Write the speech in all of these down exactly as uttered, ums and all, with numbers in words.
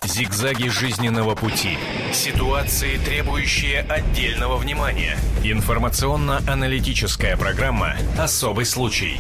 Зигзаги жизненного пути. Ситуации, требующие отдельного внимания. Информационно-аналитическая программа «Особый случай».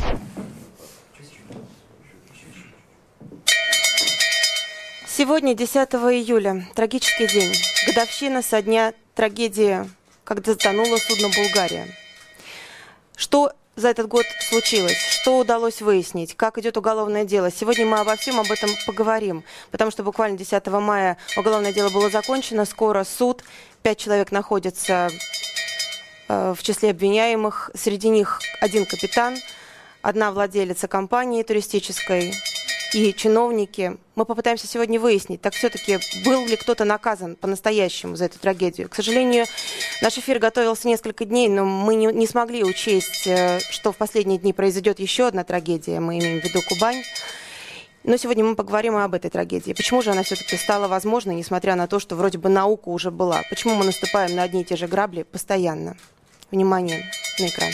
Сегодня, десятого июля, трагический день. Годовщина со дня трагедии, когда затонуло судно «Булгария». Что за этот год случилось? Что удалось выяснить? Как идет уголовное дело? Сегодня мы обо всем об этом поговорим, потому что буквально десятого мая уголовное дело было закончено, скоро суд. Пять человек находятся э, в числе обвиняемых. Среди них один капитан, одна владелица компании туристической и чиновники. Мы попытаемся сегодня выяснить, так все-таки был ли кто-то наказан по-настоящему за эту трагедию. К сожалению, наш эфир готовился несколько дней, но мы не, не смогли учесть, что в последние дни произойдет еще одна трагедия. Мы имеем в виду Кубань. Но сегодня мы поговорим об этой трагедии. Почему же она все-таки стала возможной, несмотря на то, что вроде бы наука уже была? Почему мы наступаем на одни и те же грабли постоянно? Внимание на экран.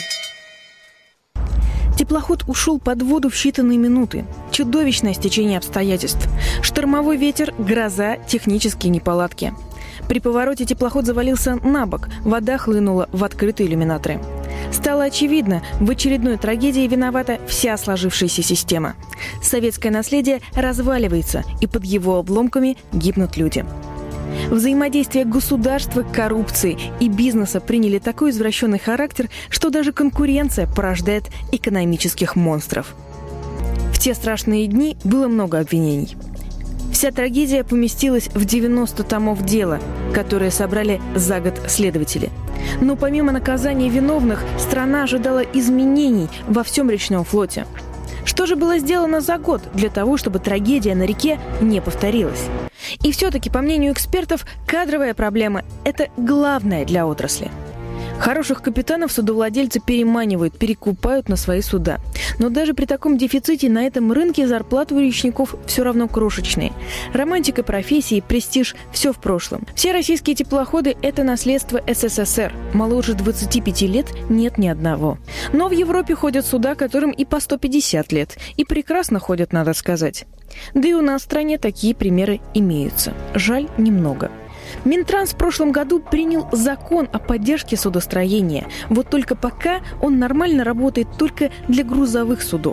Теплоход ушел под воду в считанные минуты. Чудовищное стечение обстоятельств. Штормовой ветер, гроза, технические неполадки. При повороте теплоход завалился на бок, вода хлынула в открытые иллюминаторы. Стало очевидно, в очередной трагедии виновата вся сложившаяся система. Советское наследие разваливается, и под его обломками гибнут люди. Взаимодействие государства, коррупции и бизнеса приняли такой извращенный характер, что даже конкуренция порождает экономических монстров. В те страшные дни было много обвинений. Вся трагедия поместилась в девяносто томов дела, которые собрали за год следователи. Но помимо наказания виновных, страна ожидала изменений во всем речном флоте. Что же было сделано за год для того, чтобы трагедия на реке не повторилась? И все-таки, по мнению экспертов, кадровая проблема – это главное для отрасли. Хороших капитанов судовладельцы переманивают, перекупают на свои суда. Но даже при таком дефиците на этом рынке зарплаты у речников все равно крошечные. Романтика профессии, престиж – все в прошлом. Все российские теплоходы – это наследство СССР. Моложе двадцати пяти лет нет ни одного. Но в Европе ходят суда, которым и по сто пятьдесят лет. И прекрасно ходят, надо сказать. Да и у нас в стране такие примеры имеются. Жаль, немного. Минтранс в прошлом году принял закон о поддержке судостроения. Вот только пока он нормально работает только для грузовых судов.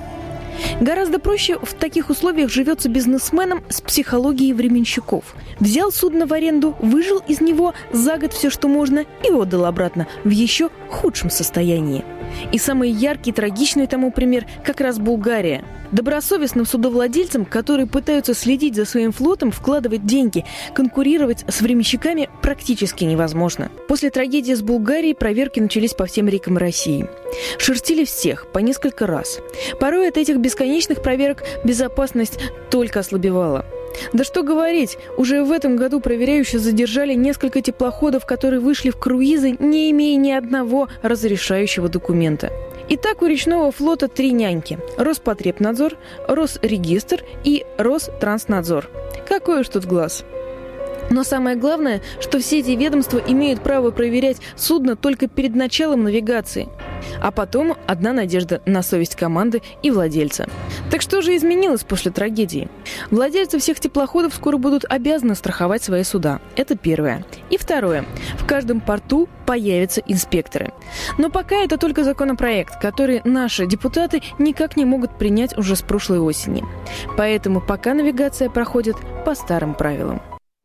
Гораздо проще в таких условиях живется бизнесменам с психологией временщиков. Взял судно в аренду, выжил из него за год все, что можно, и отдал обратно в еще худшем состоянии. И самый яркий, трагичный тому пример как раз Булгария. Добросовестным судовладельцам, которые пытаются следить за своим флотом, вкладывать деньги, конкурировать с временщиками практически невозможно. После трагедии с Булгарией проверки начались по всем рекам России. Шерстили всех по несколько раз. Порой от этих бесконечных проверок безопасность только ослабевала. Да что говорить, уже в этом году проверяющие задержали несколько теплоходов, которые вышли в круизы, не имея ни одного разрешающего документа. Итак, у речного флота три няньки – Роспотребнадзор, Росрегистр и Ространснадзор. Какой уж тут глаз. Но самое главное, что все эти ведомства имеют право проверять судно только перед началом навигации. А потом одна надежда на совесть команды и владельца. Так что же изменилось после трагедии? Владельцы всех теплоходов скоро будут обязаны страховать свои суда. Это первое. И второе. В каждом порту появятся инспекторы. Но пока это только законопроект, который наши депутаты никак не могут принять уже с прошлой осени. Поэтому пока навигация проходит по старым правилам.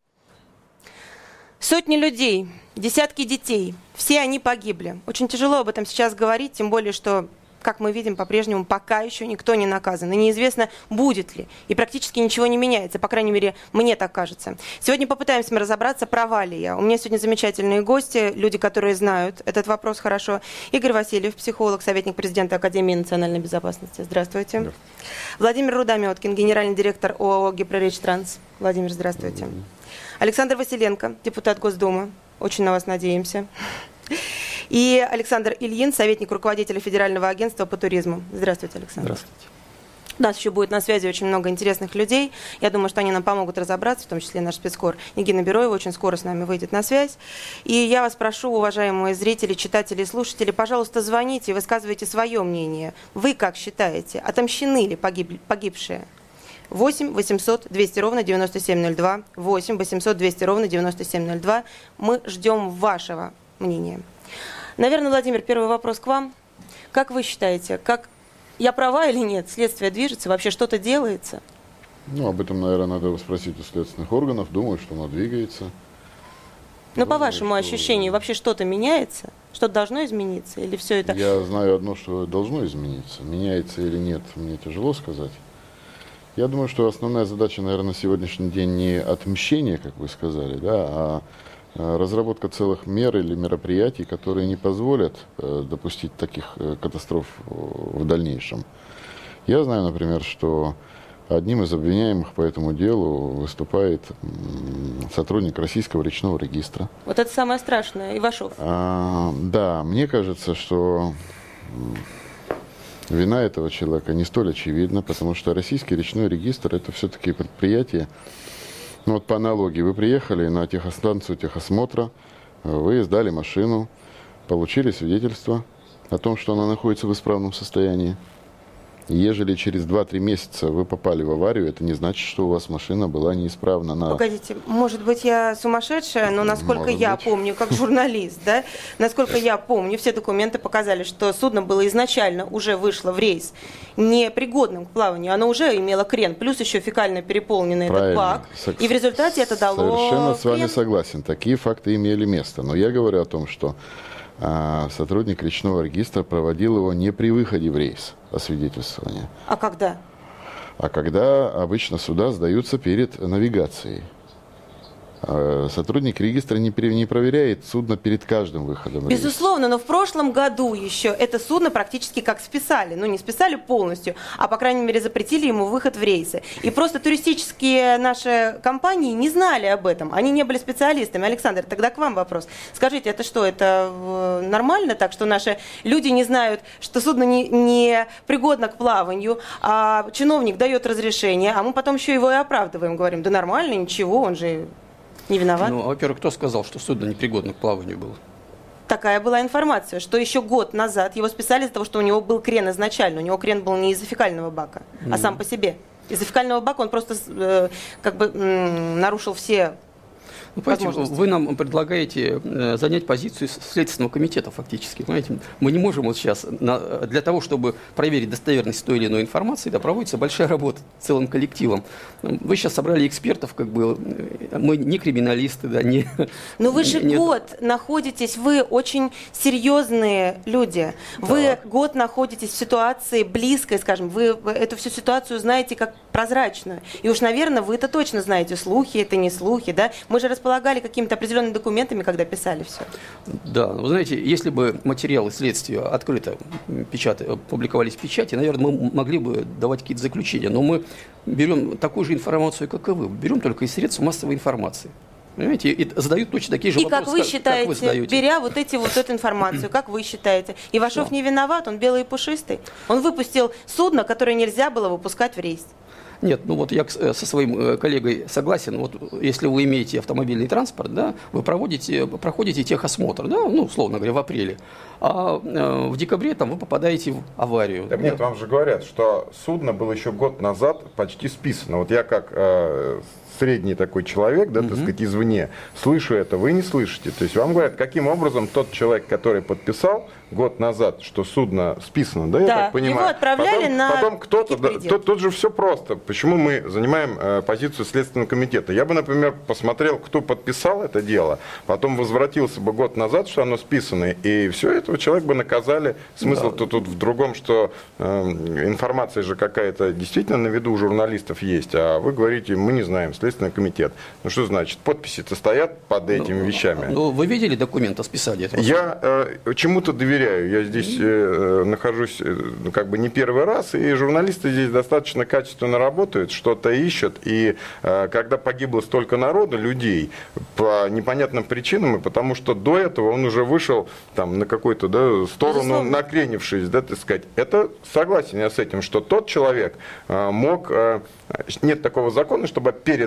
Сотни людей, десятки детей, все они погибли. Очень тяжело об этом сейчас говорить, тем более, что, как мы видим, по-прежнему пока еще никто не наказан. И неизвестно, будет ли. И практически ничего не меняется, по крайней мере, мне так кажется. Сегодня попытаемся мы разобраться, права ли я. У меня сегодня замечательные гости, люди, которые знают этот вопрос хорошо. Игорь Васильев, психолог, советник президента Академии национальной безопасности. Здравствуйте. Да. Владимир Рудометкин, генеральный директор ОАО «Гипроречтранс». Владимир, здравствуйте. Александр Василенко, депутат Госдумы. Очень на вас надеемся. И Александр Ильин, советник руководителя Федерального агентства по туризму. Здравствуйте, Александр. Здравствуйте. У нас еще будет на связи очень много интересных людей. Я думаю, что они нам помогут разобраться, в том числе наш спецкор Нигина Бероева очень скоро с нами выйдет на связь. И я вас прошу, уважаемые зрители, читатели и слушатели, пожалуйста, звоните, высказывайте свое мнение. Вы как считаете, отомщены ли погиб... погибшие? восемь восемьсот двести ровно девяносто семь ноль два. восемь восемьсот двести ровно девяносто семь ноль два. Мы ждем вашего мнения. Наверное, Владимир, первый вопрос к вам. Как вы считаете, как я права или нет? Следствие движется, вообще что-то делается? Ну, об этом, наверное, надо спросить у следственных органов. Думаю, что оно двигается. Но Думаю, по вашему что... ощущению, вообще что-то меняется? Что-то должно измениться? Или все это... Я знаю одно, что должно измениться. Меняется или нет, мне тяжело сказать. Я думаю, что основная задача, наверное, на сегодняшний день не отмщение, как вы сказали, да, а разработка целых мер или мероприятий, которые не позволят э, допустить таких э, катастроф в дальнейшем. Я знаю, например, что одним из обвиняемых по этому делу выступает м, сотрудник Российского речного регистра. Вот это самое страшное, Ивашов. А, да, мне кажется, что вина этого человека не столь очевидна, потому что Российский речной регистр – это все-таки предприятие. Ну вот по аналогии, вы приехали на техостанцию техосмотра, вы сдали машину, получили свидетельство о том, что она находится в исправном состоянии. Ежели через два-три месяца вы попали в аварию, это не значит, что у вас машина была неисправна. На... Погодите, может быть, я сумасшедшая, но насколько Может я быть. помню, как журналист, да, насколько я помню, все документы показали, что судно было изначально уже вышло в рейс непригодным к плаванию, оно уже имело крен, плюс еще фекально переполненный этот Правильно. бак, Сог- и в результате это дало Совершенно с вами крен. согласен. Такие факты имели место. Но я говорю о том, что а, сотрудник речного регистра проводил его не при выходе в рейс освидетельствования, А когда? а когда обычно суда сдаются перед навигацией. А сотрудник регистра не, пере- не проверяет судно перед каждым выходом в рейс. Безусловно, но в прошлом году еще это судно практически как списали. Ну, не списали полностью, а, по крайней мере, запретили ему выход в рейсы. И просто туристические наши компании не знали об этом. Они не были специалистами. Александр, тогда к вам вопрос. Скажите, это что, это э, нормально так, что наши люди не знают, что судно не, не пригодно к плаванию, а чиновник дает разрешение, а мы потом еще его и оправдываем, говорим, да нормально, ничего, он же... Не виноват? Ну, во-первых, кто сказал, что судно непригодно к плаванию было? Такая была информация, что еще год назад его списали из-за того, что у него был крен изначально. У него крен был не из-за фекального бака, mm. а сам по себе. Из-за фекального бака он просто э, как бы м, нарушил все Ну, понимаете, вы нам предлагаете э, занять позицию Следственного комитета фактически. Понимаете? Мы не можем вот сейчас, на, для того, чтобы проверить достоверность той или иной информации, да, проводится большая работа целым коллективом. Вы сейчас собрали экспертов, как бы, мы не криминалисты, да, не... Но вы же не, год находитесь, вы очень серьезные люди. Вы Так. год находитесь в ситуации близкой, скажем, вы эту всю ситуацию знаете как прозрачную. И уж, наверное, вы это точно знаете, слухи это не слухи, да? Мы же располагали какими-то определенными документами, когда писали все. Да, вы знаете, если бы материалы следствия открыто печаты, публиковались в печати, наверное, мы могли бы давать какие-то заключения. Но мы берем такую же информацию, как и вы, берем только из средств массовой информации. Понимаете, и задают точно такие же И вопросы, как вы считаете, как вы задаете. беря вот эти вот эту информацию, как вы считаете, Ивашов Что? не виноват, он белый и пушистый? Он выпустил судно, которое нельзя было выпускать в рейс. Нет, ну вот я со своим коллегой согласен. Вот если вы имеете автомобильный транспорт, да, вы проводите, проходите техосмотр, да, ну, условно говоря, в апреле, а в декабре там вы попадаете в аварию. Так нет, вам же говорят, что судно было еще год назад почти списано. Вот я как э, средний такой человек, да, uh-huh. так сказать, извне, слышу это, вы не слышите. То есть вам говорят, каким образом тот человек, который подписал год назад, что судно списано, да, Да, я так понимаю. его отправляли потом, на потом кто-то, да, передел. тут, тут же все просто. Почему мы занимаем э, позицию Следственного комитета? Я бы, например, посмотрел, кто подписал это дело, потом возвратился бы год назад, что оно списано, и все, этого человека бы наказали. Смысл-то да. тут в другом, что э, информация же какая-то действительно на виду у журналистов есть, а вы говорите, мы не знаем, Следственный комитет. Ну что значит, подписи-то стоят под этими ну, вещами. Ну, вы видели документ о списании этого? Я э, чему-то доверяю. Я здесь э, нахожусь э, как бы не первый раз, и журналисты здесь достаточно качественно работают, что-то ищут. И э, когда погибло столько народа, людей, по непонятным причинам, и потому что до этого он уже вышел там, на какую-то да, сторону, Безусловно. накренившись, да, так сказать. Это согласен я с этим, что тот человек э, мог... Э, нет такого закона, чтобы перед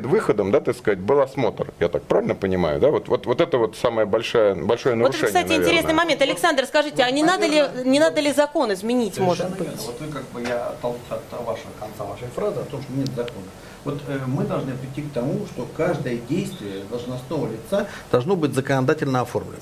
перед выходом, да, так сказать, был осмотр. Я так правильно понимаю, да? Вот, вот, вот это вот самое большое, большое нарушение, Вот это, кстати, наверное. интересный момент. Александр, скажите, а не надо ли, не надо ли закон изменить, Совершенно может быть? верно. Вот вы как бы, я оттолкнулся от вашего конца вашей фразы о том, что нет закона. Вот э, мы должны прийти к тому, что каждое действие должностного лица должно быть законодательно оформлено.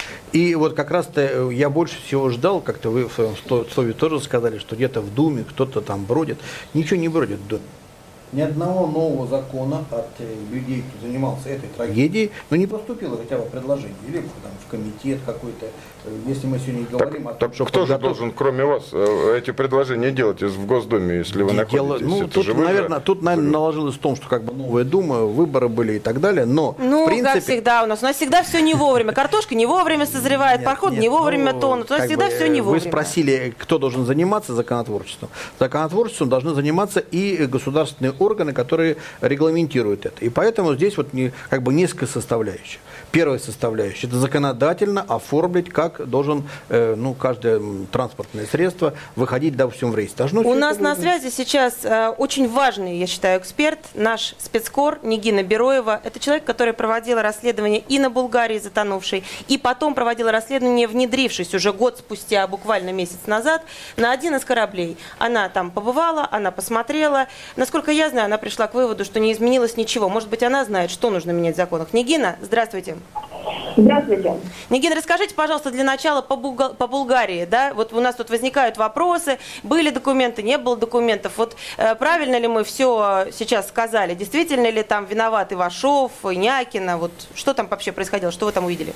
И вот как раз-то я больше всего ждал, как-то вы в своем слове тоже сказали, что где-то в Думе кто-то там бродит. Ничего не бродит в Думе. Ни одного нового закона от людей, кто занимался этой трагедией, но не поступило хотя бы предложение. Или там, в комитет какой-то, если мы сегодня говорим так, о том, так что... кто подготов... же должен, кроме вас, эти предложения делать в Госдуме, если вы Дело... находитесь? Ну, Это тут, же вы наверное, же... тут, наверное, наложилось в том, что как бы новая Дума, выборы были и так далее, но Ну, в принципе... как всегда у нас. У нас всегда все не вовремя. Картошка не вовремя созревает, Нет, пароход нет, не вовремя ну, тонут. У нас как всегда бы, все не вовремя. Вы спросили, кто должен заниматься законотворчеством. Законотворчеством должны заниматься и государственные органы, которые регламентируют это. И поэтому здесь вот не, как бы несколько составляющих. Первая составляющая – это законодательно оформить, как должен э, ну, каждое транспортное средство выходить, допустим, в рейс. Должно У нас на связи сейчас э, очень важный, я считаю, эксперт, наш спецкор Нигина Бероева. Это человек, который проводила расследование и на Булгарии затонувшей, и потом проводила расследование, внедрившись уже год спустя, буквально месяц назад, на один из кораблей. Она там побывала, она посмотрела. Насколько я знаю, она пришла к выводу, что не изменилось ничего. Может быть, она знает, что нужно менять в законах. Нигина, здравствуйте. Здравствуйте. Нигина, расскажите, пожалуйста, для начала по, Булга... по Булгарии. Да? Вот у нас тут возникают вопросы, были документы, не было документов. Вот э, правильно ли мы все сейчас сказали? Действительно ли там виноват Ивашов, Инякина? Вот что там вообще происходило? Что вы там увидели?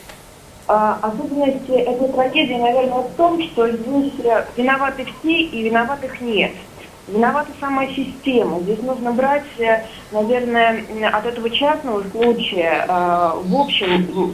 А, особенность этой трагедии, наверное, в том, что здесь виноваты все и виноватых нет. Виновата сама система. Здесь нужно брать, наверное, от этого частного случая, в общем,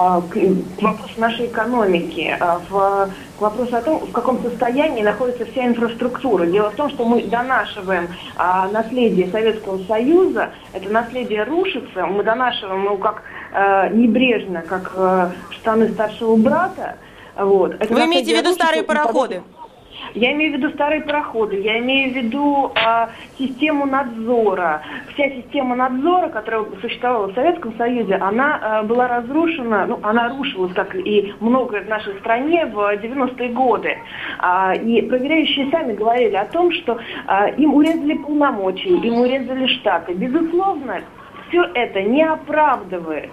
к вопросу нашей экономики, в, к вопросу о том, в каком состоянии находится вся инфраструктура. Дело в том, что мы донашиваем наследие Советского Союза, это наследие рушится, мы донашиваем его как небрежно, как штаны старшего брата. Вот. Это Вы имеете в виду рушится, старые пароходы? Я имею в виду старые пароходы, я имею в виду э, систему надзора. Вся система надзора, которая существовала в Советском Союзе, она э, была разрушена, ну, она рушилась, как и многое в нашей стране, в девяностые годы. А, и проверяющие сами говорили о том, что а, им урезали полномочия, им урезали штаты. Безусловно, все это не оправдывает.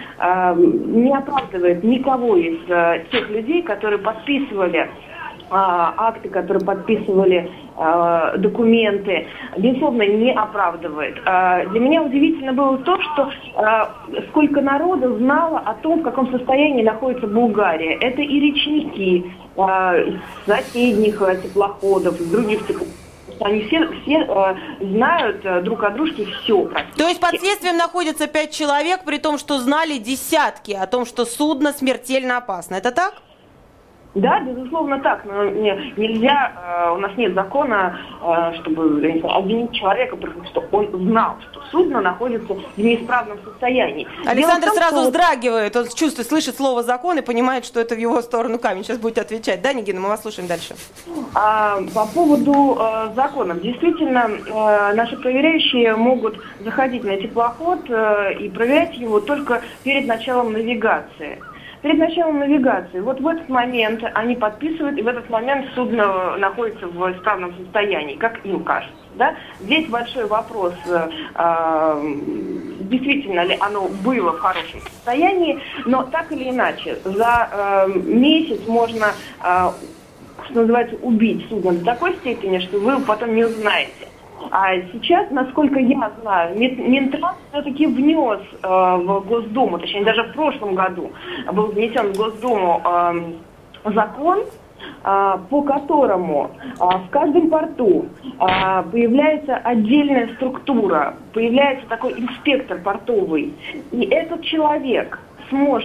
не оправдывает никого из э, тех людей, которые подписывали акты, которые подписывали э, документы, безусловно, не оправдывает. Э, для меня удивительно было то, что э, сколько народу знало о том, в каком состоянии находится Булгария. Это и речники э, из соседних э, теплоходов, из других теплоходов. Они все, все э, знают э, друг о дружке все. То есть под следствием находится пять человек, при том, что знали десятки о том, что судно смертельно опасно. Это так? Да, безусловно так, но нельзя, э, у нас нет закона, э, чтобы обвинить человека, потому что он знал, что судно находится в неисправном состоянии. Александр том, сразу что... вздрагивает, он чувствует, слышит слово закон и понимает, что это в его сторону камень. Сейчас будет отвечать. Да, Нигина, мы вас слушаем дальше. А, по поводу э, законов. Действительно, э, наши проверяющие могут заходить на теплоход э, и проверять его только перед началом навигации. Перед началом навигации. Вот в этот момент они подписывают, и в этот момент судно находится в исправном состоянии, как им кажется. Да? Здесь большой вопрос, э, действительно ли оно было в хорошем состоянии, но так или иначе, за э, месяц можно, э, что называется, убить судно до такой степени, что вы потом не узнаете. А сейчас, насколько я знаю, Минтранс все-таки внес э, в Госдуму, точнее даже в прошлом году был внесен в Госдуму э, закон, э, по которому э, в каждом порту э, появляется отдельная структура, появляется такой инспектор портовый, и этот человек сможет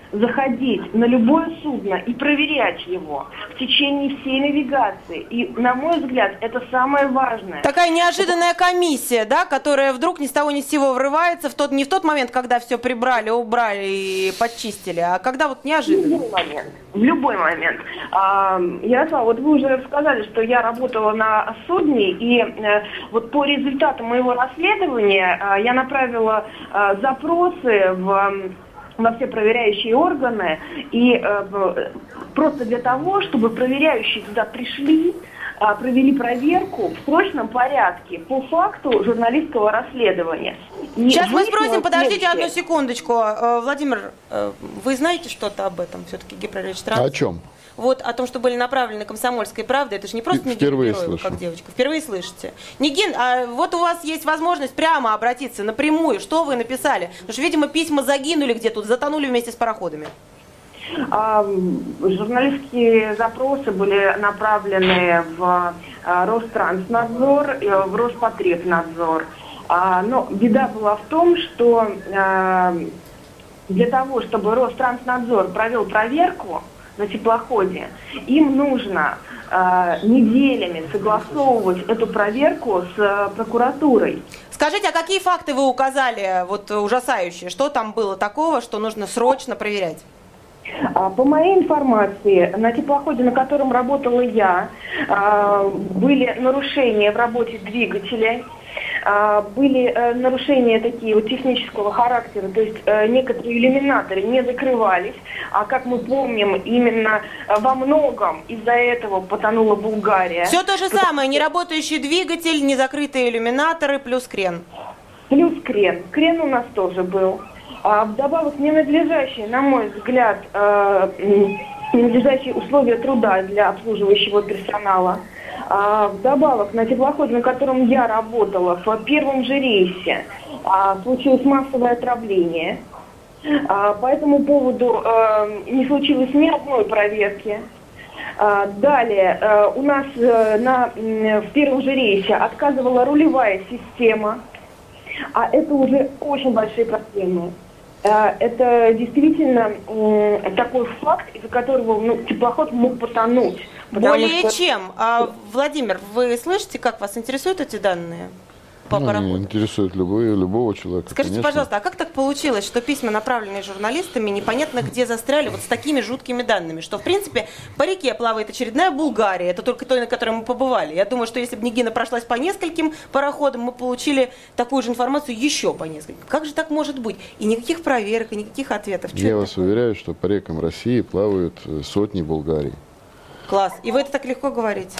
заходить на любое судно и проверять его в течение всей навигации. И, на мой взгляд, это самое важное. Такая неожиданная комиссия, да, которая вдруг ни с того ни с сего врывается в тот, не в тот момент, когда все прибрали, убрали и подчистили, а когда вот неожиданно. В любой момент. В любой момент. А, Ярослав, вот вы уже сказали, что я работала на судне, и а, вот по результату моего расследования а, я направила а, запросы в... во все проверяющие органы, и э, просто для того, чтобы проверяющие туда пришли, э, провели проверку в срочном порядке по факту журналистского расследования. И Сейчас мы спросим, следующее... подождите одну секундочку. Э, Владимир, э, вы знаете что-то об этом все-таки, Гипролевич Транс? О чем? Вот о том, что были направлены «Комсомольской правды», это же не просто Нигина Бероева, как девочка. Впервые слышите. Нигин, а вот у вас есть возможность прямо обратиться напрямую. Что вы написали? Потому что, видимо, письма загинули где-то, затонули вместе с пароходами. А, журналистские запросы были направлены в а, Ространснадзор, в Роспотребнадзор. А, но беда была в том, что а, для того, чтобы Ространснадзор провел проверку на теплоходе, им нужно э, неделями согласовывать эту проверку с э, прокуратурой. Скажите, а какие факты вы указали, вот ужасающие? Что там было такого, что нужно срочно проверять? По моей информации, на теплоходе, на котором работала я, э, были нарушения в работе двигателя. Были нарушения такие вот технического характера, то есть некоторые иллюминаторы не закрывались, а как мы помним, именно во многом из-за этого потонула Булгария. Все то же самое, неработающий двигатель, незакрытые иллюминаторы плюс крен. Плюс крен. Крен у нас тоже был. А вдобавок ненадлежащие, на мой взгляд, ненадлежащие условия труда для обслуживающего персонала. А, вдобавок, на теплоходе, на котором я работала, в первом же рейсе а, случилось массовое отравление. А, по этому поводу а, не случилось ни одной проверки. А, далее, а, у нас а, на, в первом же рейсе отказывала рулевая система. А это уже очень большие проблемы. А, это действительно м, такой факт, из-за которого ну, теплоход мог потонуть. Более что... чем. А, Владимир, вы слышите, как вас интересуют эти данные по ну, пароходу? Интересует любой, любого человека. Скажите, конечно. Пожалуйста, а как так получилось, что письма, направленные журналистами, непонятно где застряли вот с такими жуткими данными, что, в принципе, по реке плавает очередная Булгария, это только той, на которой мы побывали. Я думаю, что если бы Нигина прошлась по нескольким пароходам, мы получили такую же информацию еще по нескольким. Как же так может быть? И никаких проверок, и никаких ответов. Что Я вас такое? уверяю, что по рекам России плавают сотни Булгарий. Класс. И вы это так легко говорите?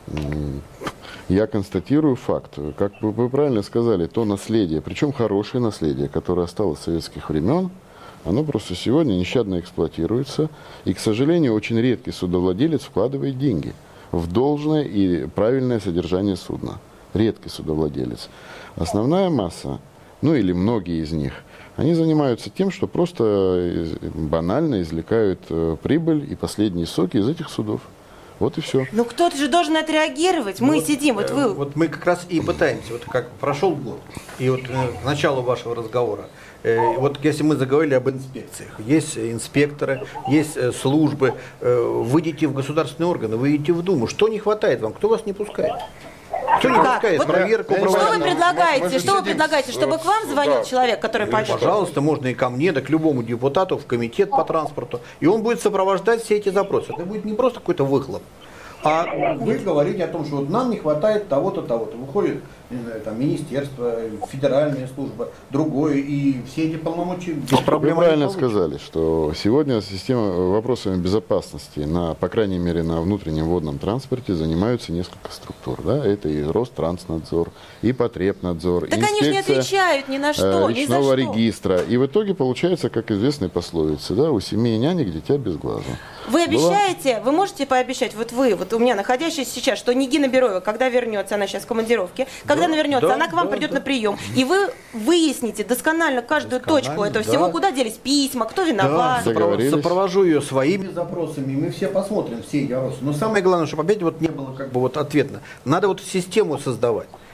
Я констатирую факт. Как вы правильно сказали, то наследие, причем хорошее наследие, которое осталось с советских времен, оно просто сегодня нещадно эксплуатируется. И, к сожалению, очень редкий судовладелец вкладывает деньги в должное и правильное содержание судна. Редкий судовладелец. Основная масса, ну или многие из них, они занимаются тем, что просто банально извлекают прибыль и последние соки из этих судов. Вот и все. Ну кто-то же должен отреагировать. Мы вот, сидим, вот вы... Вот мы как раз и пытаемся. Вот как прошел год, и вот э, к началу вашего разговора, э, вот если мы заговорили об инспекциях, есть инспекторы, есть э, службы, э, выйдите в государственные органы, выйдите в Думу. Что не хватает вам? Кто вас не пускает? Кто не как? пускает? Вот Проверку что проводить. вы предлагаете? Мы, мы что вы предлагаете? Чтобы к вам звонил да. человек, который пойдет? Пожалуйста, можно и ко мне, да к любому депутату, в комитет по транспорту. И он будет сопровождать все эти запросы. Это будет не просто какой-то выхлоп. А вы говорите о том, что вот нам не хватает того-то, того-то. Выходит, не знаю, там, министерство, федеральная служба, другое, и все эти полномочия без проблем. Вы правильно сказали, что сегодня система вопросами безопасности, на, по крайней мере, на внутреннем водном транспорте занимаются несколько структур. Да? Это и Ространснадзор, и Потребнадзор, так инспекция они же не отвечают ни на что, э, ни речного за регистра. И в итоге получается, как известной пословице, да, у семьи нянек дитя без глаза. Вы обещаете, вы можете пообещать, вот вы, вот у меня находящаяся сейчас, что Нигина Бероева, когда вернется, она сейчас в командировке, когда она вернется, да, она к вам да, придет да. на прием, и вы выясните досконально каждую досконально, точку этого да. всего, куда делись письма, кто виноват. Да, сопровожу ее своими запросами, мы все посмотрим, все эти вопросы. Но самое главное, чтобы опять вот не было как бы вот ответно. Надо вот систему создавать.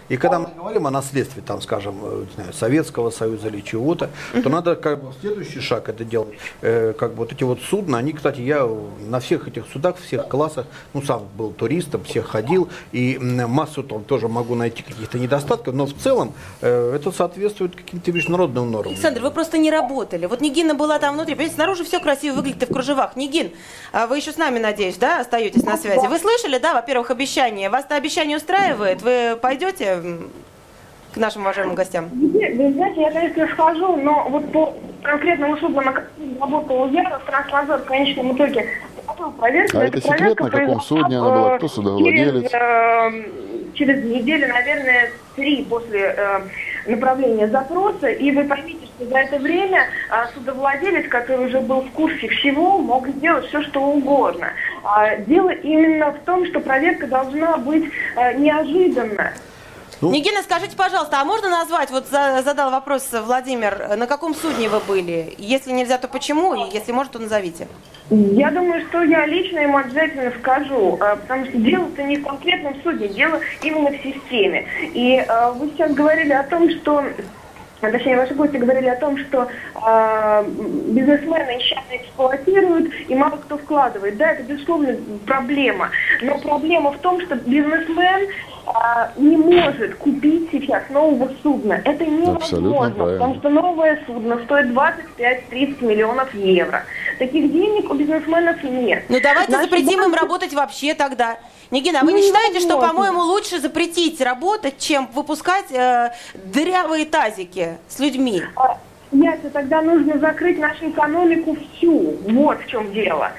И когда мы говорим о наследстве, там, скажем, не знаю, Советского Союза или чего-то, uh-huh. то надо как бы следующий шаг это делать. Э, как бы вот эти вот судна, они, кстати, я на всех этих судах, всех классах, ну, сам был туристом, всех ходил, и массу там тоже могу найти каких-то недостатков, но в целом э, это соответствует каким-то международным нормам. Александр, вы просто не работали. Вот Нигина была там внутри, понимаете, снаружи все красиво выглядит и в кружевах. Нигин, вы еще с нами, надеюсь, да, остаетесь на связи? Вы слышали, да, во-первых, обещание? Вас это обещание устраивает? Вы пойдете к нашим уважаемым гостям? Вы знаете, я, конечно, схожу, но вот по конкретному суду, на котором работал я, Транснадзор в конечном итоге проверки. А это секрет, на каком судне она была? Кто судовладелец? Через, э, через неделю, наверное, три после э, направления запроса. И вы поймите, что за это время э, судовладелец, который уже был в курсе всего, мог сделать все, что угодно. А дело именно в том, что проверка должна быть э, неожиданной. Ну, Нигина, скажите, пожалуйста, а можно назвать, вот за, задал вопрос Владимир, на каком судне вы были? Если нельзя, то почему? И если может, то назовите. Я думаю, что я лично ему обязательно скажу, потому что дело-то не в конкретном судне, дело именно в системе. И вы сейчас говорили о том, что... Точнее, ваши гости говорили о том, что э, бизнесмены нещадно эксплуатируют и мало кто вкладывает. Да, это, безусловно, проблема. Но проблема в том, что бизнесмен э, не может купить сейчас нового судна. Это невозможно, потому что новое судно стоит двадцать пять - тридцать миллионов евро. Таких денег у бизнесменов нет. Ну давайте Наши запретим банки... им работать вообще тогда. Нигина, а вы не, не считаете, что, по-моему, лучше запретить работать, чем выпускать э, дырявые тазики с людьми? Ясно, тогда нужно закрыть нашу экономику всю. Вот в чем дело.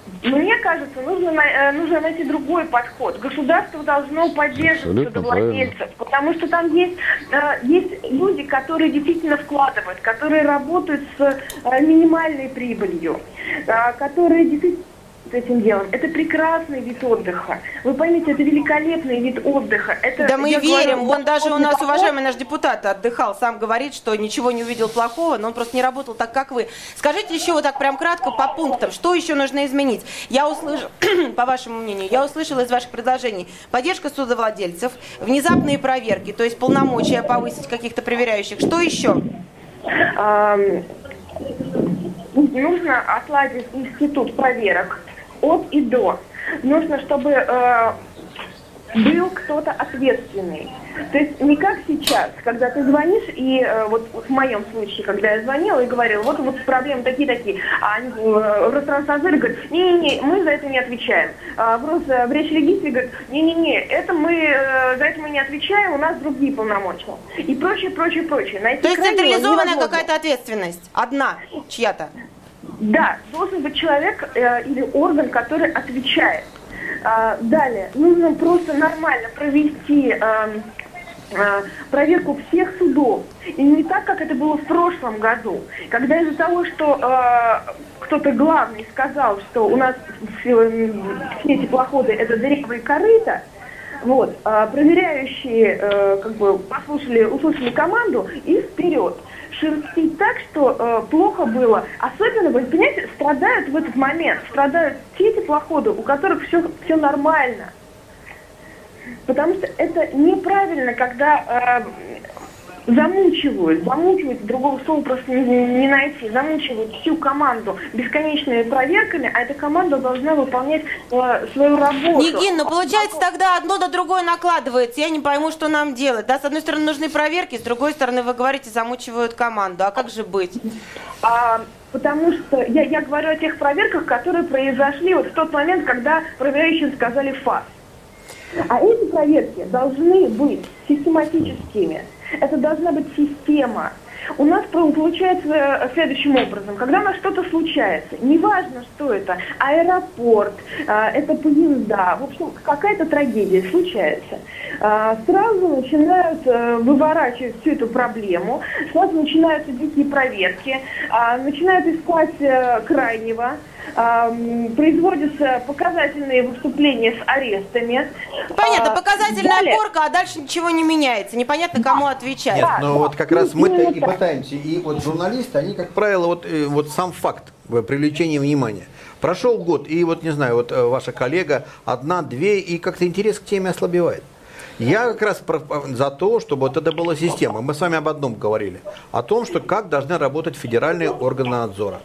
Мне кажется, нужно, нужно найти другой подход. Государство должно поддерживать судовладельцев, потому что там есть, есть люди, которые действительно вкладывают, которые работают с минимальной прибылью, которые действительно с этим делом. Это прекрасный вид отдыха. Вы поймите, это великолепный вид отдыха. Это, да мы верим. Говорю, он даже у нас, поход. уважаемый наш депутат, отдыхал, сам говорит, что ничего не увидел плохого, но он просто не работал так, как вы. Скажите еще вот так прям кратко по пунктам, что еще нужно изменить? Я услышала, по вашему мнению, я услышала из ваших предложений поддержка судовладельцев, внезапные проверки, то есть полномочия повысить каких-то проверяющих. Что еще? Нужно отладить институт проверок от и до. Нужно, чтобы э, был кто-то ответственный. То есть не как сейчас, когда ты звонишь, и э, вот в моем случае, когда я звонила и говорила, вот, вот проблемы такие-такие, а они э, в Ространснадзоре говорят, не-не-не, мы за это не отвечаем. А в, Рос, в Речрегистре говорят, не-не-не, это мы, э, за это мы не отвечаем, у нас другие полномочия. И прочее, прочее, прочее. Найти То есть централизованная какая-то ответственность? Одна чья-то? Да, должен быть человек э, или орган, который отвечает. А, далее, нужно просто нормально провести э, э, проверку всех судов. И не так, как это было в прошлом году, когда из-за того, что э, кто-то главный сказал, что у нас все, все эти теплоходы это дырявые корыта, вот, э, проверяющие э, как бы послушали, услышали команду и вперед. Шерстить так, что э, плохо было. Особенно, вы понимаете, страдают в этот момент, страдают те теплоходы, у которых все, все нормально. Потому что это неправильно, когда э, замучивают, замучивают, другого слова просто не, не найти, замучивают всю команду бесконечными проверками, а эта команда должна выполнять э, свою работу. Нигин, ну получается тогда одно на другое накладывается, я не пойму, что нам делать. Да? С одной стороны нужны проверки, с другой стороны, вы говорите, замучивают команду. А как же быть? А, потому что я, я говорю о тех проверках, которые произошли вот в тот момент, когда проверяющим сказали ФАС. А эти проверки должны быть систематическими. Это должна быть система. У нас получается следующим образом. Когда у нас что-то случается, неважно, что это, аэропорт, это поезда, в общем, какая-то трагедия случается, сразу начинают выворачивать всю эту проблему, сразу начинаются дикие проверки, начинают искать крайнего, производятся показательные выступления с арестами. Понятно, показательная Далее... порка, а дальше ничего не меняется. Непонятно, кому отвечать. Нет, но вот как раз мы-то и пытаемся. И вот журналисты, они, как правило, вот, вот сам факт привлечения внимания. Прошел год, и вот, не знаю, вот ваша коллега, одна, две, и как-то интерес к теме ослабевает. Я как раз про, за то, чтобы вот это была система. Мы с вами об одном говорили. О том, что как должны работать федеральные органы надзора.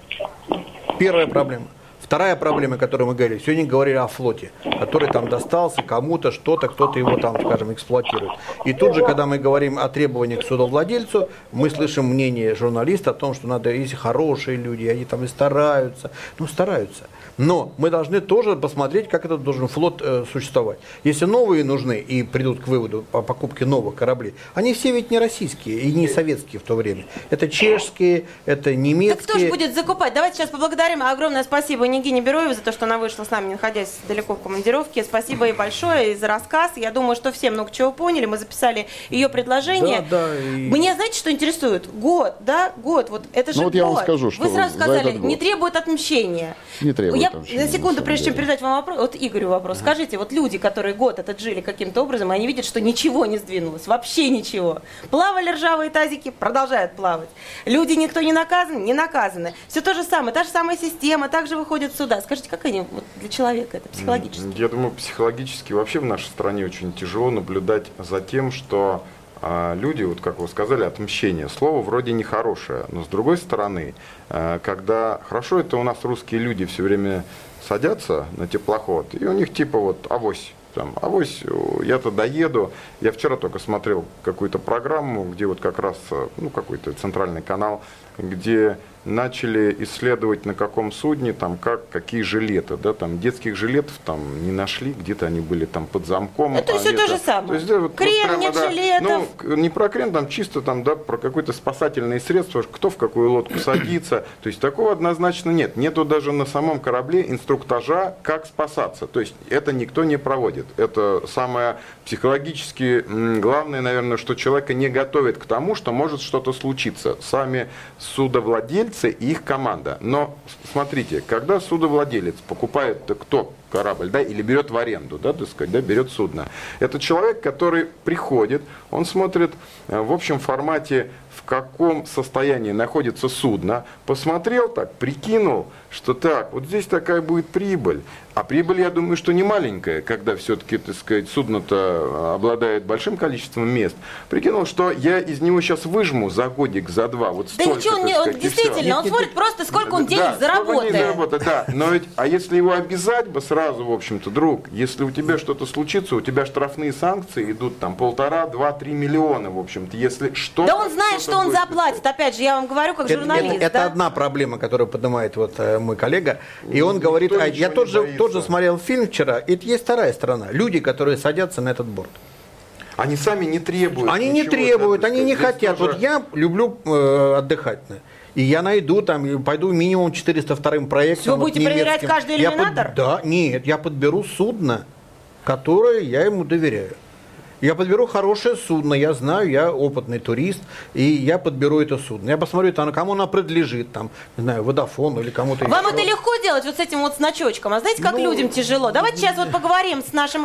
Первая проблема. Вторая проблема, о которой мы говорили, сегодня говорили о флоте, который там достался кому-то, что-то, кто-то его там, скажем, эксплуатирует. И тут же, когда мы говорим о требованиях к судовладельцу, мы слышим мнение журналиста о том, что надо, если хорошие люди, они там и стараются, ну стараются. Но мы должны тоже посмотреть, как этот должен флот э, существовать. Если новые нужны и придут к выводу по покупке новых кораблей, они все ведь не российские и не советские в то время. Это чешские, это немецкие. Так кто же будет закупать? Давайте сейчас поблагодарим. Огромное спасибо Нигине Бероевой за то, что она вышла с нами, не находясь далеко в командировке. Спасибо ей большое за рассказ. Я думаю, что все много чего поняли. Мы записали ее предложение. Да, да, и... Мне, знаете, что интересует? Год, да? Год. Вот это же ну, вот год. я вам скажу, что вы сразу сказали, год... не требует отмщения. Не требует Я отмщения, на секунду, на прежде чем деле. передать вам вопрос, вот Игорю вопрос. Ага. Скажите, вот люди, которые год этот жили каким-то образом, они видят, что ничего не сдвинулось, вообще ничего. Плавали ржавые тазики, продолжают плавать. Люди, никто не наказан, не наказаны. Все то же самое, та же самая система, также выходят сюда. Скажите, как они вот, для человека это психологически? Я думаю, психологически вообще в нашей стране очень тяжело наблюдать за тем, что а, люди, вот как вы сказали, отмщение. Слово вроде нехорошее, но с другой стороны, а, когда хорошо, это у нас русские люди все время садятся на теплоход, и у них типа вот авось. Там, авось, я-то доеду. Я вчера только смотрел какую-то программу, где вот как раз, ну, какой-то центральный канал, где начали исследовать, на каком судне, там, как, какие жилеты, да, там, детских жилетов там не нашли, где-то они были там под замком. Это все то же самое. То есть, да, вот, крем, вот прямо, нет, да, жилетов. Ну, не про крем, там, чисто там, да, про какое-то спасательные средства, кто в какую лодку садится. То есть, такого однозначно нет. Нету даже на самом корабле инструктажа, как спасаться. То есть, это никто не проводит. Это самое психологически главное, наверное, что человека не готовит к тому, что может что-то случиться. Сами судовладельцы и их команда. Но смотрите, когда судовладелец покупает кто корабль, да, или берет в аренду, да, так сказать, да, берет судно, это человек, который приходит, он смотрит в общем формате, в каком состоянии находится судно, посмотрел так, прикинул, что так, вот здесь такая будет прибыль. А прибыль, я думаю, что не маленькая, когда все-таки, так сказать, судно-то обладает большим количеством мест. Прикинул, что я из него сейчас выжму за годик, за два. Вот да столько, ничего, он, не, он действительно, нет, он нет, смотрит нет, просто, сколько он денег да, заработает. заработает. Да, но ведь, а если его обязать бы сразу, в общем-то, друг, если у тебя что-то случится, у тебя штрафные санкции идут там полтора, два, три миллиона, в общем-то, если что. Да он знает, что он заплатит. Сказать. Опять же, я вам говорю, как это, журналист. Это, да? это одна проблема, которую поднимает вот э, мой коллега, и он Никто говорит, а, я тот же, тот же смотрел фильм вчера, и есть вторая сторона, люди, которые садятся на этот борт. Они сами не требуют. Они не требуют, они не хотят. Тоже... Вот я люблю э, отдыхать. И я найду там, пойду минимум четыреста вторым проектом. Вы будете вот, проверять каждый иллюминатор? Под... Да, нет, я подберу судно, которое я ему доверяю. Я подберу хорошее судно, я знаю, я опытный турист, и я подберу это судно. Я посмотрю, там, кому оно принадлежит, там, не знаю, Водофону или кому-то еще. Вам это легко делать вот с этим вот значочком? А знаете, как ну, людям тяжело? Давайте сейчас вот поговорим с нашим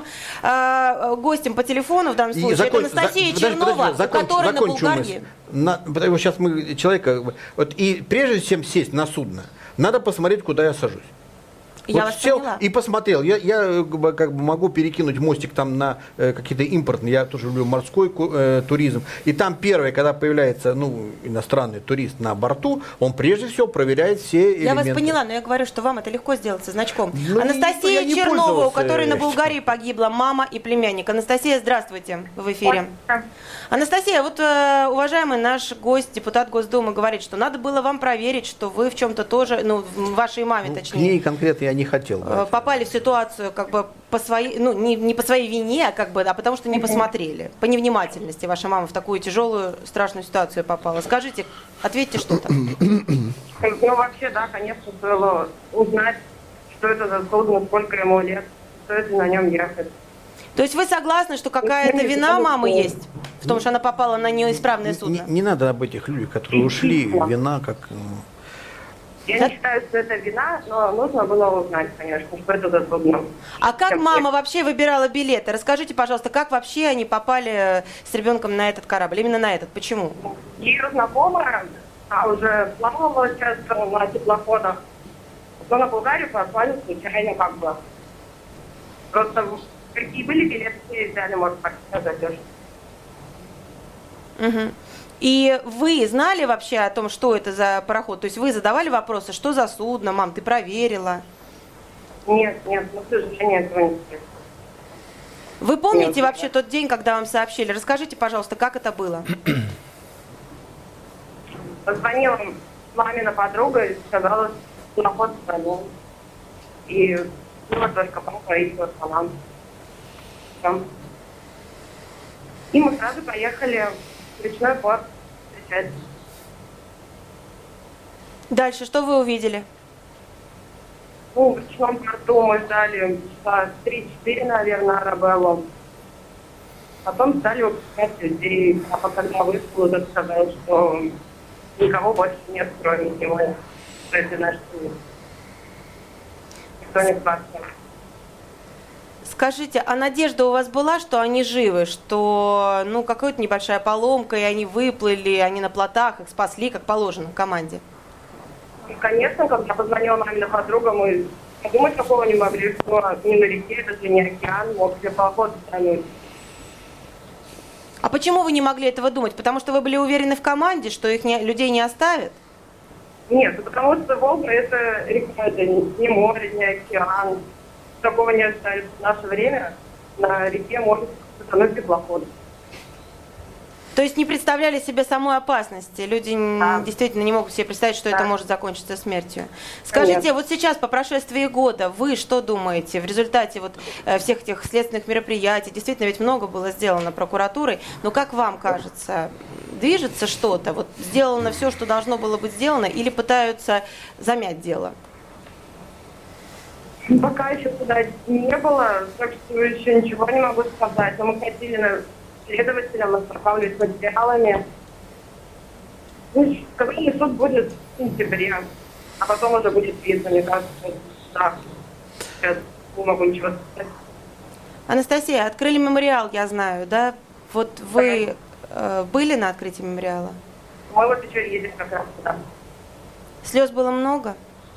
э, гостем по телефону, в данном случае. Закон... Это Анастасия за... Чернова, подожди, закон... которая на Булгарии. На... Потому что сейчас мы человека... Вот, и прежде чем сесть на судно, надо посмотреть, куда я сажусь. Я вот вас сел поняла. И посмотрел. Я, я как бы могу перекинуть мостик там на э, какие-то импортные. Я тоже люблю морской э, туризм. И там первое, когда появляется ну, иностранный турист на борту, он прежде всего проверяет все элементы. Я вас поняла, но я говорю, что вам это легко сделать со значком. Ну, Анастасия не, Чернова, у которой на Булгарии погибла мама и племянник. Анастасия, здравствуйте, в эфире. Анастасия, вот э, уважаемый наш гость, депутат Госдумы, говорит, что надо было вам проверить, что вы в чем-то тоже, ну, вашей маме, ну, точнее. К ней конкретно я не хотел. Брать. Попали в ситуацию как бы по своей, ну, не, не по своей вине, а как бы, а потому что не посмотрели. По невнимательности ваша мама в такую тяжелую, страшную ситуацию попала. Скажите, ответьте что-то. Ну, вообще, да, конечно, стоило узнать, что это за судно, сколько ему лет, стоит ли на нем ехать. То есть вы согласны, что какая-то вина мамы есть в том, что она попала на неисправное судно? Не, не надо об этих людях, которые ушли, вина как... Я не считаю, что это вина, но нужно было узнать, конечно, что это за судно. А как мама вообще выбирала билеты? Расскажите, пожалуйста, как вообще они попали с ребенком на этот корабль? Именно на этот. Почему? Ее знакомая, а уже плавала часто на теплоходах, но на Булгарию послали случайно как бы. Просто какие были билеты, все взяли, можно так сказать, даже. Угу. И вы знали вообще о том, что это за пароход? То есть вы задавали вопросы, что за судно, мам, ты проверила? Нет, нет, ну, к сожалению, этого не знаю. Вы помните Нет, вообще тот день, когда вам сообщили? Расскажите, пожалуйста, как это было? Позвонила мамина подруга и сказала, что пароход затонул. И была только папа и вот она. Там. И мы сразу поехали в речной порт встречать. Дальше, что вы увидели? Ну, в речном порту мы ждали часа три-четыре, наверное, Арабеллу. Потом стали выпускать людей. А когда вышел, уже сказал, что никого больше нет, кроме него. Это наш семьи. Никто не спасся. Скажите, а надежда у вас была, что они живы, что, ну, какая-то небольшая поломка, и они выплыли, они на плотах, их спасли, как положено, команде? И, конечно, когда позвонила мамина подруга, мы подумать такого не могли, что не на реке, это же не океан, мог себе поход затонуть. А почему вы не могли этого думать? Потому что вы были уверены в команде, что их не, людей не оставят? Нет, потому что Волга это река, это не море, не океан. Такого не оставить. В наше время на реке может затонуть теплоход. То есть не представляли себе самой опасности. Люди Да. действительно не могут себе представить, что Да. это может закончиться смертью. Скажите, Конечно. вот сейчас, по прошествии года, вы что думаете в результате вот э, всех этих следственных мероприятий? Действительно, ведь много было сделано прокуратурой. Но как вам кажется, движется что-то? Вот сделано все, что должно было быть сделано, или пытаются замять дело? Пока еще туда не было, так что еще ничего не могу сказать. Но мы ходили на следователя, мы ознакомились с материалами. Ну, сказали, суд будет в сентябре, а потом уже будет видно, мне кажется. Да, сейчас не могу ничего сказать. Анастасия, открыли мемориал, я знаю, да? Вот вы э, были на открытии мемориала? Мы вот еще едем как раз туда. Слез было много?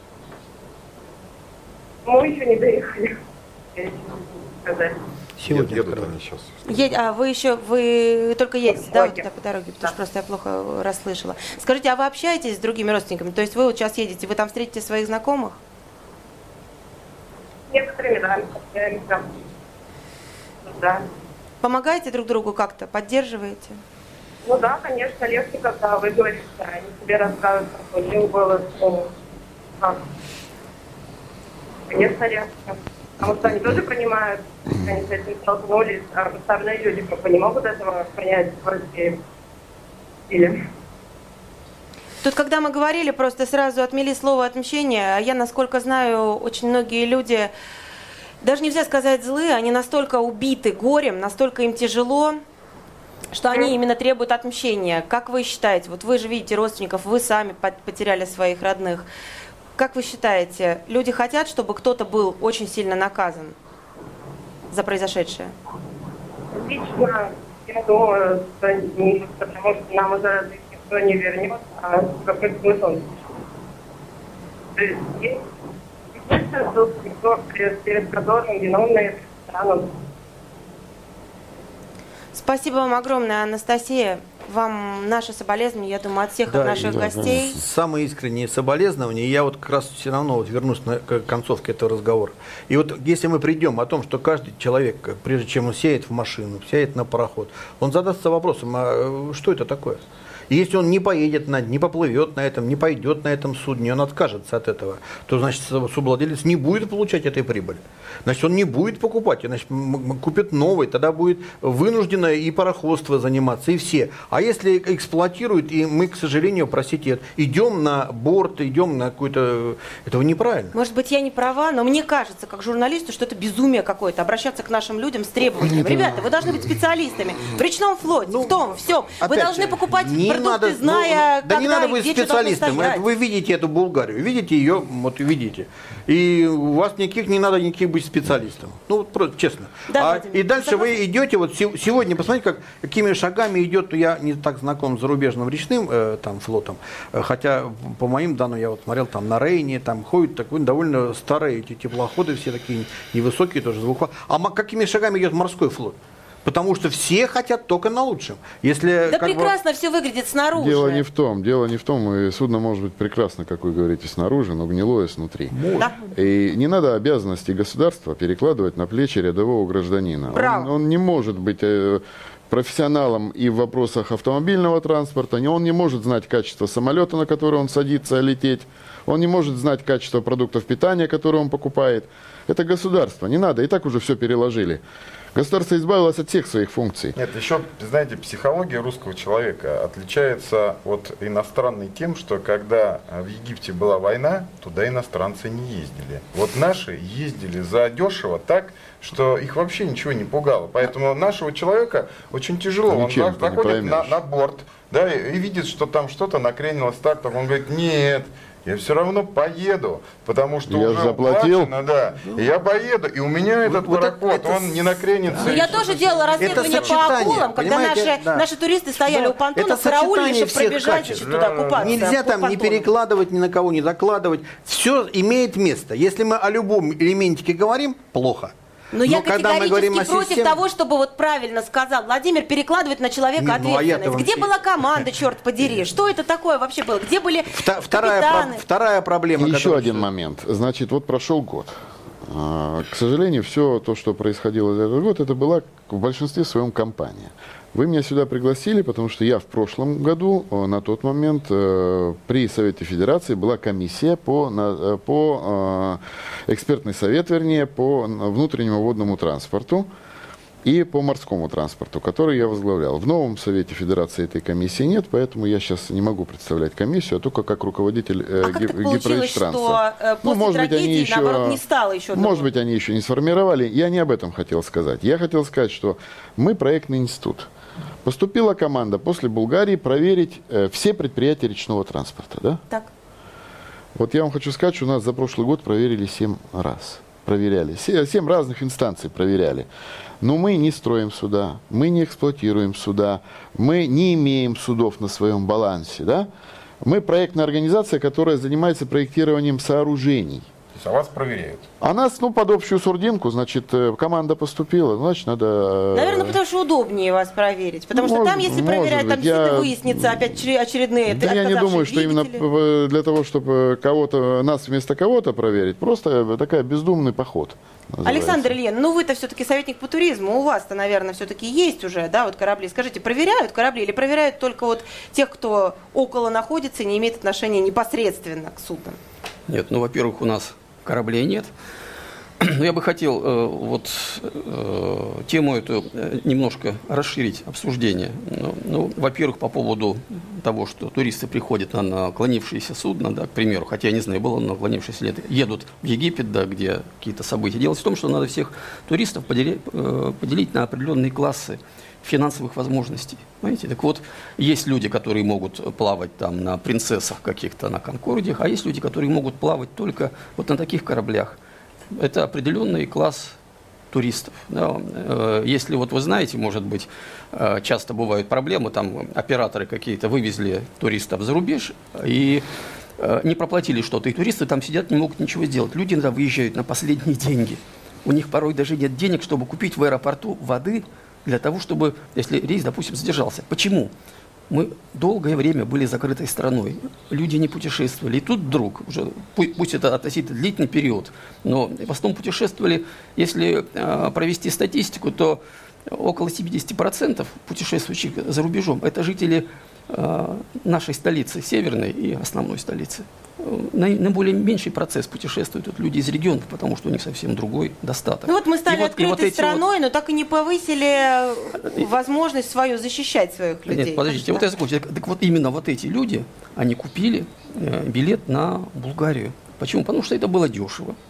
Мы еще не доехали. Я еще не могу сказать. Сегодня едут они сейчас. Е- а вы еще, вы только едете, да, вот Сегодня. туда по дороге, потому Да. что просто я плохо расслышала. Скажите, а вы общаетесь с другими родственниками? То есть вы вот сейчас едете, вы там встретите своих знакомых? Некоторыми, да, общаемся. Да. Помогаете друг другу как-то, поддерживаете? Ну да, конечно, легче, когда вы говорите, они тебе рассказывают, как жил было, ну, как. Конечно, легче. Потому что они тоже понимают, они с этим столкнулись, а остальные люди как бы не могут этого понять свои или. Тут, когда мы говорили, просто сразу отмели слово отмщение, а я, насколько знаю, очень многие люди, даже нельзя сказать злые, они настолько убиты горем, настолько им тяжело, что они именно требуют отмщения. Как вы считаете, вот вы же видите родственников, вы сами потеряли своих родных. Как вы считаете, люди хотят, чтобы кто-то был очень сильно наказан за произошедшее? Лично, я думаю, что нет, потому что нам уже никто не вернет, а какой смысл? То есть есть единственный суд, никто, перед которым виновные станут. Спасибо вам огромное, Анастасия. Вам наши соболезнования, я думаю, от всех Да, от наших да, гостей. Самые искренние соболезнования. И я вот как раз все равно вот вернусь на, к концовке этого разговора. И вот если мы придем о том, что каждый человек, прежде чем он сядет в машину, сядет на пароход, он задастся вопросом, а что это такое? И если он не поедет, на, не поплывет на этом, не пойдет на этом судне, он откажется от этого, то, значит, субвладелец не будет получать этой прибыли. Значит, он не будет покупать, значит, купит новый, тогда будет вынуждено и пароходство заниматься, и все. А если эксплуатируют, и мы, к сожалению, простите, идем на борт, идем на какой-то... Этого неправильно. Может быть, я не права, но мне кажется, как журналисту, что это безумие какое-то, обращаться к нашим людям с требованием. Ребята, вы должны быть специалистами в речном флоте, Ну, в том, всем. Вы опять должны же, покупать не продукты, надо, зная, ну, да когда не надо и быть где что должно специалистом. стоять. Это вы видите эту Болгарию, видите ее, вот видите. И у вас никаких не надо никаких быть быть специалистом. Ну, вот просто честно. Да, а, и дальше вы идете, вот сегодня, посмотрите, как, какими шагами идет, я не так знаком с зарубежным речным э, там, флотом, э, хотя по моим данным, я вот смотрел, там на Рейне, там ходят такой, довольно старые эти теплоходы, все такие невысокие, тоже звуковые. А какими шагами идет морской флот? Потому что все хотят только на лучшем. Если, да как прекрасно бы... все выглядит снаружи. Дело не в том, дело не в том, и судно может быть прекрасно, как вы говорите, снаружи, но гнилое снутри. Да. И не надо обязанности государства перекладывать на плечи рядового гражданина. Он, он не может быть э, профессионалом и в вопросах автомобильного транспорта, он не может знать качество самолета, на который он садится лететь, он не может знать качество продуктов питания, которые он покупает. Это государство, не надо, и так уже все переложили. Государство избавилось от всех своих функций. Нет, еще, знаете, психология русского человека отличается от иностранной тем, что когда в Египте была война, туда иностранцы не ездили. Вот наши ездили за дешево так, что их вообще ничего не пугало. Поэтому нашего человека очень тяжело. Он заходит на, на борт, да, и, и видит, что там что-то накренилось так, так он говорит, нет, я все равно поеду, потому что я уже заплатил, уплачено, да. И я поеду, и у меня этот вот пароход, это, он не накренится. Ну, я тоже делала расследование по акулам, когда наши, да. наши туристы стояли да. у понтона, караулили, чтобы пробежать значит, туда да. купаться. Нельзя там ни перекладывать, ни на кого не закладывать. Все имеет место. Если мы о любом элементике говорим, плохо. Но, Но когда я категорически мы говорим против системе... того, чтобы вот правильно сказал Владимир, перекладывать на человека не, ответственность. Ну, а Где была команда, черт подери? Что это такое вообще было? Где были Вта- вторая, про- вторая проблема. Еще один что... момент. Значит, вот прошел год. А, к сожалению, все то, что происходило за этот год, это была в большинстве своем кампания. Вы меня сюда пригласили, потому что я в прошлом году, на тот момент, при Совете Федерации была комиссия по, на, по экспертный совет, вернее, по внутреннему водному транспорту и по морскому транспорту, который я возглавлял. В новом Совете Федерации этой комиссии нет, поэтому я сейчас не могу представлять комиссию, а только как руководитель э, а гип- гипроэлектранса. Что э, после ну, может трагедии, быть, они еще, наоборот, не стало еще Может одного. быть, они еще не сформировали. Я не об этом хотел сказать. Я хотел сказать, что мы проектный институт. Поступила команда после Булгарии проверить э, все предприятия речного транспорта. Да? Так. Вот я вам хочу сказать, что у нас за прошлый год проверили семь раз. Проверяли. Семь разных инстанций проверяли. Но мы не строим суда, мы не эксплуатируем суда, мы не имеем судов на своем балансе. Да? Мы проектная организация, которая занимается проектированием сооружений. А вас проверяют? А нас, ну, под общую сурдинку, значит, команда поступила, значит, надо... Наверное, потому что удобнее вас проверить. Потому ну, что может, там, если проверять, там действительно я... выяснится опять очередные... Да я не думаю, что именно для того, чтобы кого-то, нас вместо кого-то проверить, просто такая бездумный поход. Называется. Александр Ильин, ну вы-то все-таки советник по туризму, у вас-то, наверное, все-таки есть уже, да, вот корабли. Скажите, проверяют корабли или проверяют только вот тех, кто около находится и не имеет отношения непосредственно к судам? Нет, ну, во-первых, у нас кораблей нет. Но я бы хотел э, вот э, тему эту э, немножко расширить, обсуждение. Ну, ну, во-первых, по поводу того, что туристы приходят на наклонившееся судно, да, к примеру, хотя я не знаю, было на наклонившееся лет, едут в Египет, да, где какие-то события. Дело в том, что надо всех туристов поделить, э, поделить на определенные классы финансовых возможностей. Понимаете? Так вот, есть люди, которые могут плавать там на принцессах каких-то, на Конкордиях, а есть люди, которые могут плавать только вот на таких кораблях. Это определенный класс туристов. Да. Если вот вы знаете, может быть, часто бывают проблемы, там операторы какие-то вывезли туристов за рубеж и не проплатили что-то, и туристы там сидят, не могут ничего сделать. Люди иногда выезжают на последние деньги. У них порой даже нет денег, чтобы купить в аэропорту воды для того, чтобы, если рейс, допустим, задержался. Почему? Мы долгое время были закрытой страной, люди не путешествовали. И тут вдруг, уже, пусть, пусть это относительно длительный период, но в основном путешествовали, если э, провести статистику, то около семьдесят процентов путешествующих за рубежом – это жители э, нашей столицы, северной и основной столицы. На, на более меньший процесс путешествуют тут люди из регионов, потому что у них совсем другой достаток. Ну вот мы стали и открытой вот, вот страной, вот... но так и не повысили возможность свою защищать своих людей. Нет, подождите, да. вот я закончу. Так вот именно вот эти люди, они купили э, билет на Булгарию. Почему? Потому что это было дешево.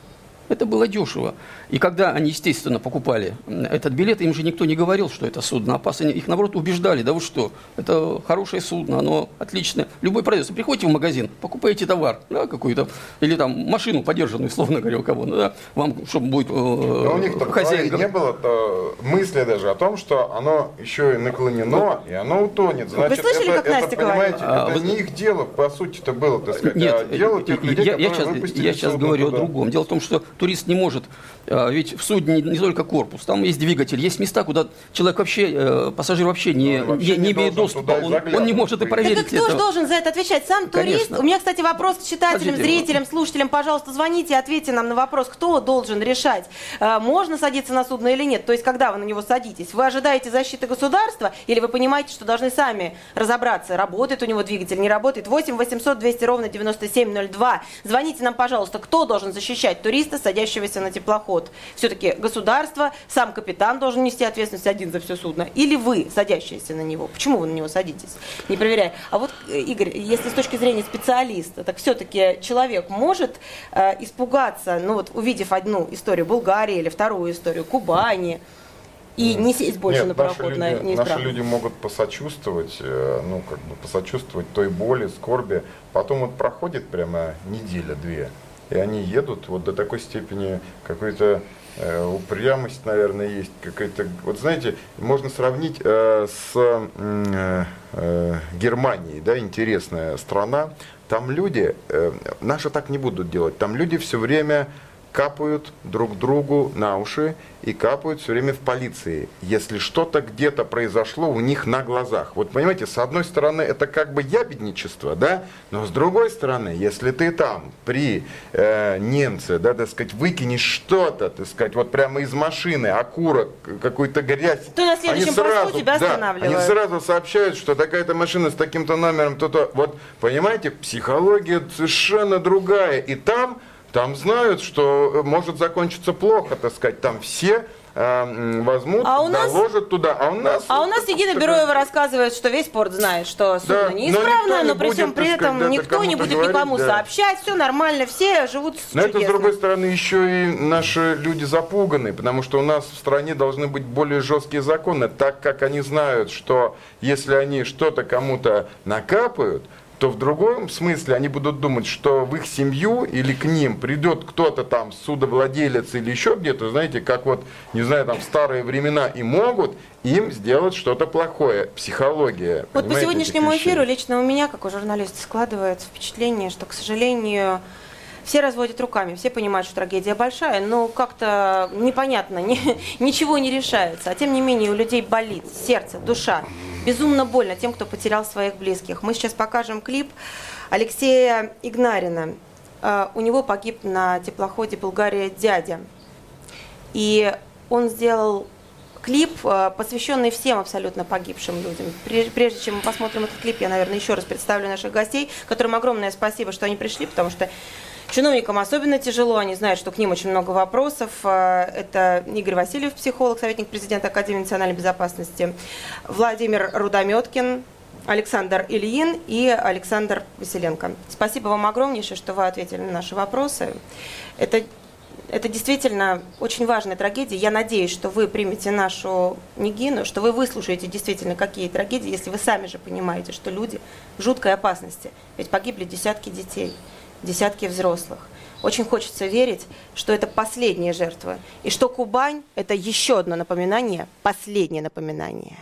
Это было дешево. И когда они, естественно, покупали этот билет, им же никто не говорил, что это судно опасно. Их, наоборот, убеждали, да вы что, это хорошее судно, оно отличное. Любой продавец, приходите в магазин, покупаете товар, да, какую-то, или там машину подержанную, словно говоря, у кого, ну, да, вам, чтобы будет э, у них хозяин. Не было мысли даже о том, что оно еще и наклонено, и оно утонет. Значит, вы слышали, это, как Настя это, понимаете, а, это вы... не их дело, по сути-то было, так сказать. Нет, а дело тех людей, я, я сейчас, я сейчас говорю туда. о другом. Дело в том, что турист не может, ведь в судне не, не только корпус, там есть двигатель, есть места, куда человек вообще, пассажир вообще не, вообще не, не имеет доступа, он, он не может и проверить это. Так кто это. же должен за это отвечать? Сам турист? Конечно. У меня, кстати, вопрос к читателям, Подождите. зрителям, слушателям. Пожалуйста, звоните, ответьте нам на вопрос, кто должен решать, можно садиться на судно или нет. То есть, когда вы на него садитесь, вы ожидаете защиты государства или вы понимаете, что должны сами разобраться, работает у него двигатель, не работает? восемь восемьсот двести ровно девяносто семь ноль два. Звоните нам, пожалуйста, кто должен защищать туриста, садящегося на теплоход? Все-таки государство, сам капитан должен нести ответственность один за все судно, или вы, садящиеся на него? Почему вы на него садитесь, не проверяя? А вот, Игорь, если с точки зрения специалиста, так все-таки человек может э, испугаться, ну вот увидев одну историю Болгарии или вторую историю Кубани, и не сесть больше Нет, на пароход на люди, неисправность? Наши люди могут посочувствовать, ну, как бы посочувствовать той боли, скорби. Потом вот проходит прямо неделя-две, и они едут вот до такой степени какой-то э, упрямость, наверное, есть. Какая-то, вот знаете, можно сравнить э, с э, э, Германией, да, интересная страна. Там люди, э, наши так не будут делать, там люди все время капают друг другу на уши и капают все время в полиции, если что-то где-то произошло у них на глазах. Вот понимаете, с одной стороны это как бы ябедничество, да, но с другой стороны, если ты там при э, немце, да, так сказать, выкинешь что-то, так сказать, вот прямо из машины, окурок, какую-то грязь, то на следующем посту тебя да, останавливают. Они сразу сообщают, что такая-то машина с таким-то номером, то-то. Вот, понимаете, психология совершенно другая, и там Там знают, что может закончиться плохо, так сказать. Там все э, возьмут, а у нас, доложат туда. А у нас, а у нас Егина Бероева рассказывает, что весь порт знает, что судно да, неисправное, но, но при всем при этом сказать, никто не будет говорить, никому да. сообщать, все нормально, все живут но чудесно. это, с другой стороны, еще и наши люди запуганы, потому что у нас в стране должны быть более жесткие законы, так как они знают, что если они что-то кому-то накапают, то в другом смысле они будут думать, что в их семью или к ним придет кто-то там, судовладелец или еще где-то, знаете, как вот, не знаю, там в старые времена, и могут им сделать что-то плохое. Психология. Вот по сегодняшнему эфиру лично у меня, как у журналиста, складывается впечатление, что, к сожалению, все разводят руками, все понимают, что трагедия большая, но как-то непонятно, ни, ничего не решается. А тем не менее у людей болит сердце, душа. Безумно больно тем, кто потерял своих близких. Мы сейчас покажем клип Алексея Игнарина. У него погиб на теплоходе «Болгария» дядя. И он сделал клип, посвященный всем абсолютно погибшим людям. Прежде чем мы посмотрим этот клип, я, наверное, еще раз представлю наших гостей, которым огромное спасибо, что они пришли, потому что чиновникам особенно тяжело, они знают, что к ним очень много вопросов. Это Игорь Васильев, психолог, советник президента Академии национальной безопасности, Владимир Рудометкин, Александр Ильин и Александр Василенко. Спасибо вам огромнейшее, что вы ответили на наши вопросы. Это, это действительно очень важная трагедия. Я надеюсь, что вы примете нашу Нигину, что вы выслушаете действительно, какие трагедии, если вы сами же понимаете, что люди в жуткой опасности. Ведь погибли десятки детей. Десятки взрослых. Очень хочется верить, что это последние жертвы, и что Кубань – это еще одно напоминание, последнее напоминание.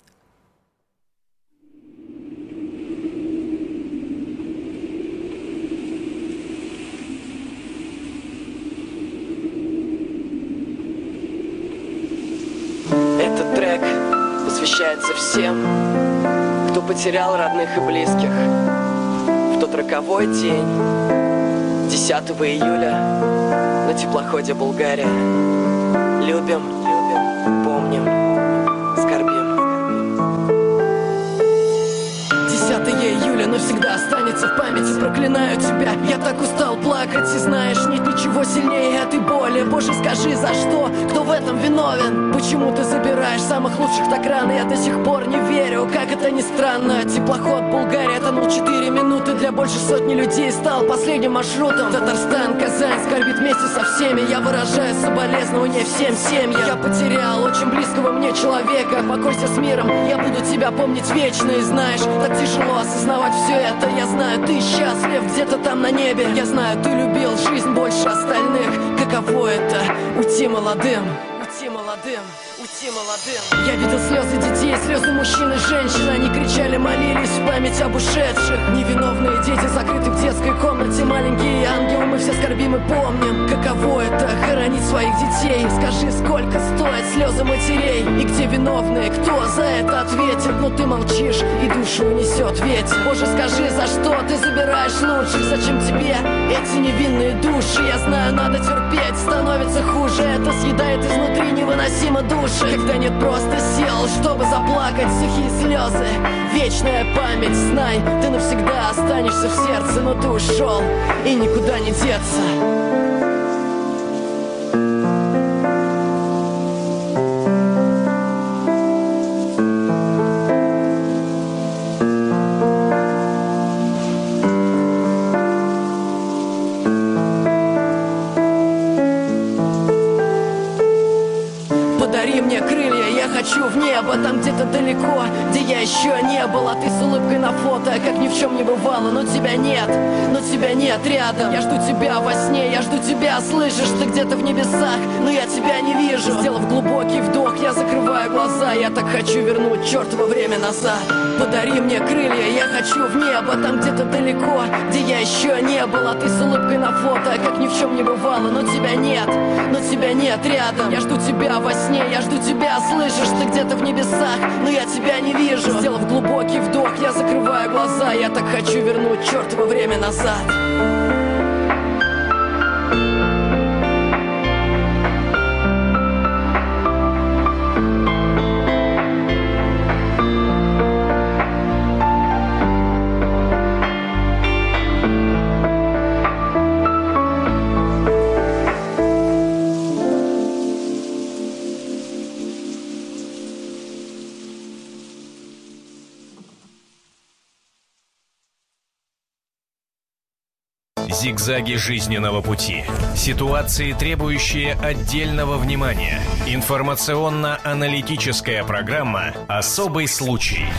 Этот трек посвящается всем, кто потерял родных и близких в тот роковой день, десятого июля, на теплоходе «Болгария». Любим, любим, помним, скорбим. десятого июля навсегда останется останется в памяти. Проклинаю тебя, я так устал плакать. И знаешь, нет ничего сильнее этой боли. Боже, скажи, за что, кто в этом виновен? Почему ты забираешь самых лучших так рано? Я до сих пор не верю, как это ни странно. Теплоход Булгария тонул четыре минуты. Для больше сотни людей стал последним маршрутом. Татарстан, Казань скорбит вместе со всеми. Я выражаю соболезнования всем семьям. Я потерял очень близкого мне человека. Покойся с миром, я буду тебя помнить вечно. И знаешь, так тяжело осознавать все это. Я знаю, ты счастлив где-то там на небе. Я знаю, ты любил жизнь больше остальных. Каково это уйти молодым? Уйти молодым, уйти молодым. Я видел слезы детей, слезы мужчин и женщин. Они кричали, молились в память об ушедших. Невиновные дети закрыты в детской комнате. Маленькие ангелы, мы все скорбим и помним. Каково это хоронить своих детей? Скажи, сколько стоят слезы матерей? И где виновные, кто за это ответит? Но ты молчишь, и душу унесет ветер. Боже, скажи, за что ты забираешь лучших? Зачем тебе эти невинные души? Я знаю, надо терпеть, становится хуже. Это съедает изнутри невыносимо души. Когда нет просто сил, чтобы заплакать, сухие слезы, вечная память. Знай, ты навсегда останешься в сердце. Но ты ушел, и никуда не деться. Подари мне крылья, я хочу в небо. Там где-то далеко, где я еще не был. А ты с улыбкой на фото, как ни в чем не бывало. Но тебя нет, но тебя нет рядом. Я жду тебя во сне, я жду тебя. Слышишь, ты где-то в небесах, но я тебя не вижу. Сделав глубокий вдох, я закрываю глаза. Я так хочу вернуть чертово время назад. Подари мне крылья, я хочу в небо. Там где-то далеко, где я еще не был. А ты с улыбкой на фото, как ни в чем не бывало. Но тебя нет, но тебя нет рядом. Я жду тебя во сне, я жду тебя, слышишь, ты где-то в небесах, но я тебя не вижу. Сделав глубокий вдох, я закрываю глаза. Я так хочу вернуть чертово время назад. Зигзаги жизненного пути. Ситуации, требующие отдельного внимания. Информационно-аналитическая программа «Особый случай».